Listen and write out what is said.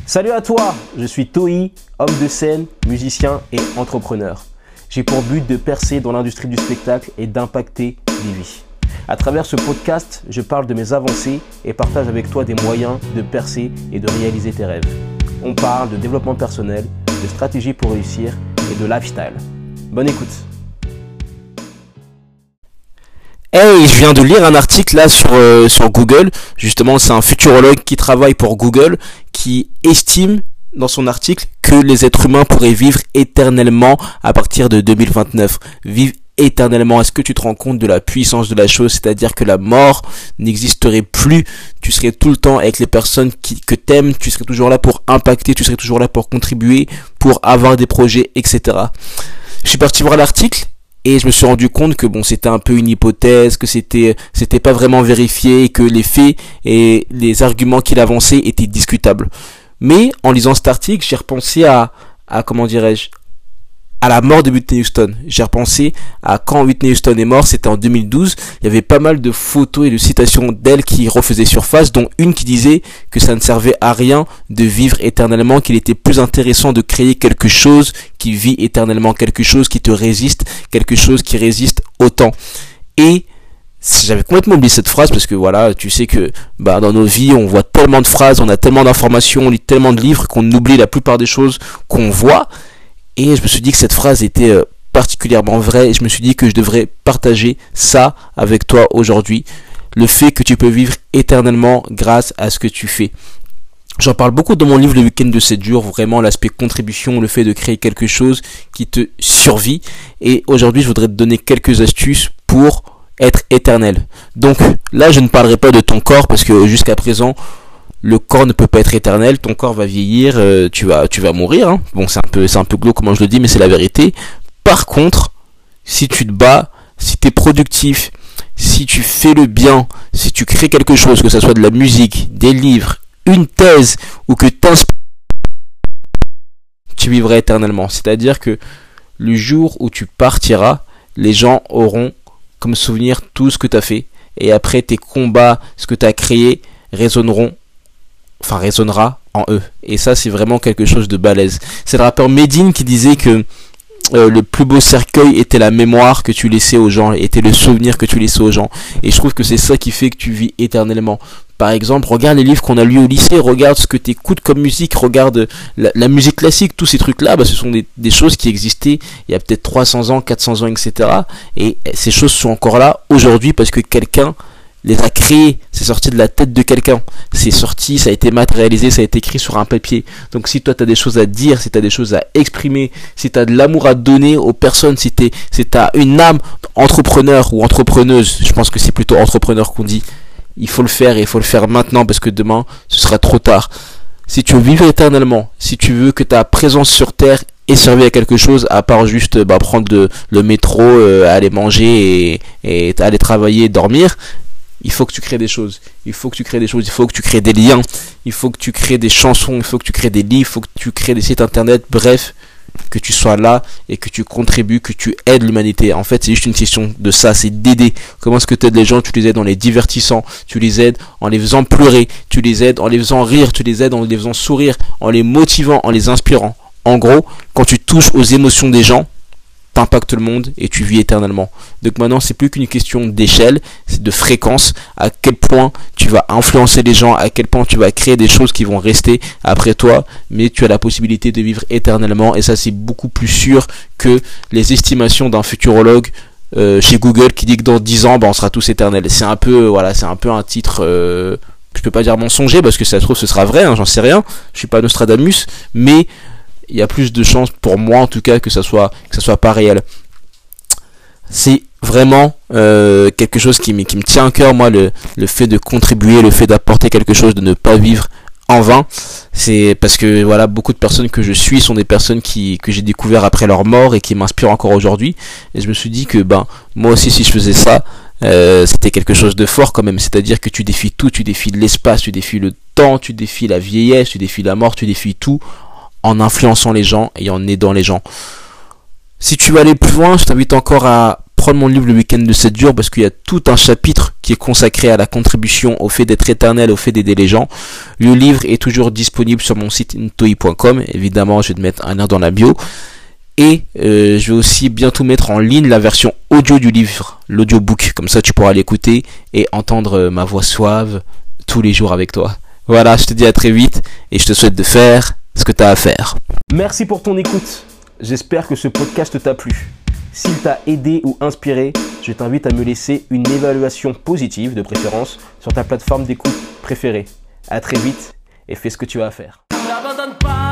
Salut à toi, je suis Toi, homme de scène, musicien et entrepreneur. J'ai pour but de percer dans l'industrie du spectacle et d'impacter des vies. À travers ce podcast, je parle de mes avancées et partage avec toi des moyens de percer et de réaliser tes rêves. On parle de développement personnel, de stratégie pour réussir et de lifestyle. Bonne écoute. Hey, je viens de lire un article là sur Google. Justement, c'est un futurologue qui travaille pour Google qui estime dans son article que les êtres humains pourraient vivre éternellement à partir de 2029. Vivre éternellement. Est-ce que tu te rends compte de la puissance de la chose? C'est-à-dire que la mort n'existerait plus. Tu serais tout le temps avec les personnes que t'aimes. Tu serais toujours là pour impacter. Tu serais toujours là pour contribuer, pour avoir des projets, etc. Je suis parti voir l'article. Et je me suis rendu compte que c'était un peu une hypothèse, que c'était pas vraiment vérifié, que les faits et les arguments qu'il avançait étaient discutables. Mais en lisant cet article, j'ai repensé à la mort de Whitney Houston. J'ai repensé à quand Whitney Houston est mort, c'était en 2012. Il y avait pas mal de photos et de citations d'elle qui refaisaient surface, dont une qui disait que ça ne servait à rien de vivre éternellement, qu'il était plus intéressant de créer quelque chose qui vit éternellement, quelque chose qui te résiste, quelque chose qui résiste au temps. Et j'avais complètement oublié cette phrase parce que voilà, tu sais que dans nos vies, on voit tellement de phrases, on a tellement d'informations, on lit tellement de livres qu'on oublie la plupart des choses qu'on voit. Et je me suis dit que cette phrase était particulièrement vraie et je me suis dit que je devrais partager ça avec toi aujourd'hui. Le fait que tu peux vivre éternellement grâce à ce que tu fais. J'en parle beaucoup dans mon livre Le Week-end de 7 jours, vraiment l'aspect contribution, le fait de créer quelque chose qui te survit. Et aujourd'hui, je voudrais te donner quelques astuces pour être éternel. Donc là, je ne parlerai pas de ton corps parce que jusqu'à présent, le corps ne peut pas être éternel, ton corps va vieillir, tu vas mourir, hein. Bon, c'est un peu glauque comment je le dis, mais c'est la vérité. Par contre, si tu te bats, si tu es productif, si tu fais le bien, si tu crées quelque chose, que ce soit de la musique, des livres, une thèse, ou que t'inspires, tu vivras éternellement. C'est-à-dire que le jour où tu partiras, les gens auront comme souvenir tout ce que tu as fait, et après tes combats, ce que tu as créé, résonnera en eux. Et ça, c'est vraiment quelque chose de balèze. C'est le rappeur Medine qui disait que le plus beau cercueil était la mémoire que tu laissais aux gens, était le souvenir que tu laissais aux gens. Et je trouve que c'est ça qui fait que tu vis éternellement. Par exemple, regarde les livres qu'on a lus au lycée, regarde ce que tu écoutes comme musique, regarde la musique classique, tous ces trucs-là, ce sont des choses qui existaient il y a peut-être 300 ans, 400 ans, etc. Et ces choses sont encore là aujourd'hui parce que quelqu'un les a créés, c'est sorti de la tête de quelqu'un, c'est sorti, ça a été matérialisé, ça a été écrit sur un papier. Donc si toi tu as des choses à dire, si tu as des choses à exprimer, si tu as de l'amour à donner aux personnes, si tu as une âme entrepreneur ou entrepreneuse, je pense que c'est plutôt entrepreneur qu'on dit, il faut le faire et il faut le faire maintenant parce que demain ce sera trop tard. Si tu veux vivre éternellement, si tu veux que ta présence sur terre ait servi à quelque chose à part juste prendre le métro, aller manger et aller travailler, dormir, il faut que tu crées des choses, il faut que tu crées des liens, il faut que tu crées des chansons, il faut que tu crées des livres, il faut que tu crées des sites internet, bref, que tu sois là et que tu contribues, que tu aides l'humanité. En fait, c'est juste une question de ça, c'est d'aider. Comment est-ce que tu aides les gens? Tu les aides en les divertissant, tu les aides en les faisant pleurer, tu les aides en les faisant rire, tu les aides en les faisant sourire, en les motivant, en les inspirant. En gros, quand tu touches aux émotions des gens, t'impactes le monde et tu vis éternellement. Donc maintenant, c'est plus qu'une question d'échelle, c'est de fréquence, à quel point tu vas influencer les gens, à quel point tu vas créer des choses qui vont rester après toi, mais tu as la possibilité de vivre éternellement et ça, c'est beaucoup plus sûr que les estimations d'un futurologue chez Google qui dit que dans 10 ans, on sera tous éternels. C'est un peu un titre, je peux pas dire mensonger parce que ça se trouve ce sera vrai, hein, j'en sais rien, je suis pas Nostradamus, mais il y a plus de chances pour moi en tout cas que ça soit pas réel. C'est vraiment quelque chose qui me tient à cœur, moi, le fait de contribuer, le fait d'apporter quelque chose, de ne pas vivre en vain. C'est parce que voilà, beaucoup de personnes que je suis sont des personnes que j'ai découvert après leur mort et qui m'inspirent encore aujourd'hui. Et je me suis dit que moi aussi, si je faisais ça, c'était quelque chose de fort quand même. C'est-à-dire que tu défies tout, tu défies l'espace, tu défies le temps, tu défies la vieillesse, tu défies la mort, tu défies tout en influençant les gens et en aidant les gens. Si tu veux aller plus loin, je t'invite encore à prendre mon livre Le Week-end de 7 jours parce qu'il y a tout un chapitre qui est consacré à la contribution, au fait d'être éternel, au fait d'aider les gens. Le livre est toujours disponible sur mon site intoi.com. Évidemment, je vais te mettre un lien dans la bio. Et je vais aussi bientôt mettre en ligne la version audio du livre, l'audiobook. Comme ça, tu pourras l'écouter et entendre ma voix suave tous les jours avec toi. Voilà, je te dis à très vite et je te souhaite de faire ce que tu as à faire. Merci pour ton écoute. J'espère que ce podcast t'a plu. S'il t'a aidé ou inspiré, je t'invite à me laisser une évaluation positive, de préférence, sur ta plateforme d'écoute préférée. À très vite et fais ce que tu as à faire. N'abandonne pas.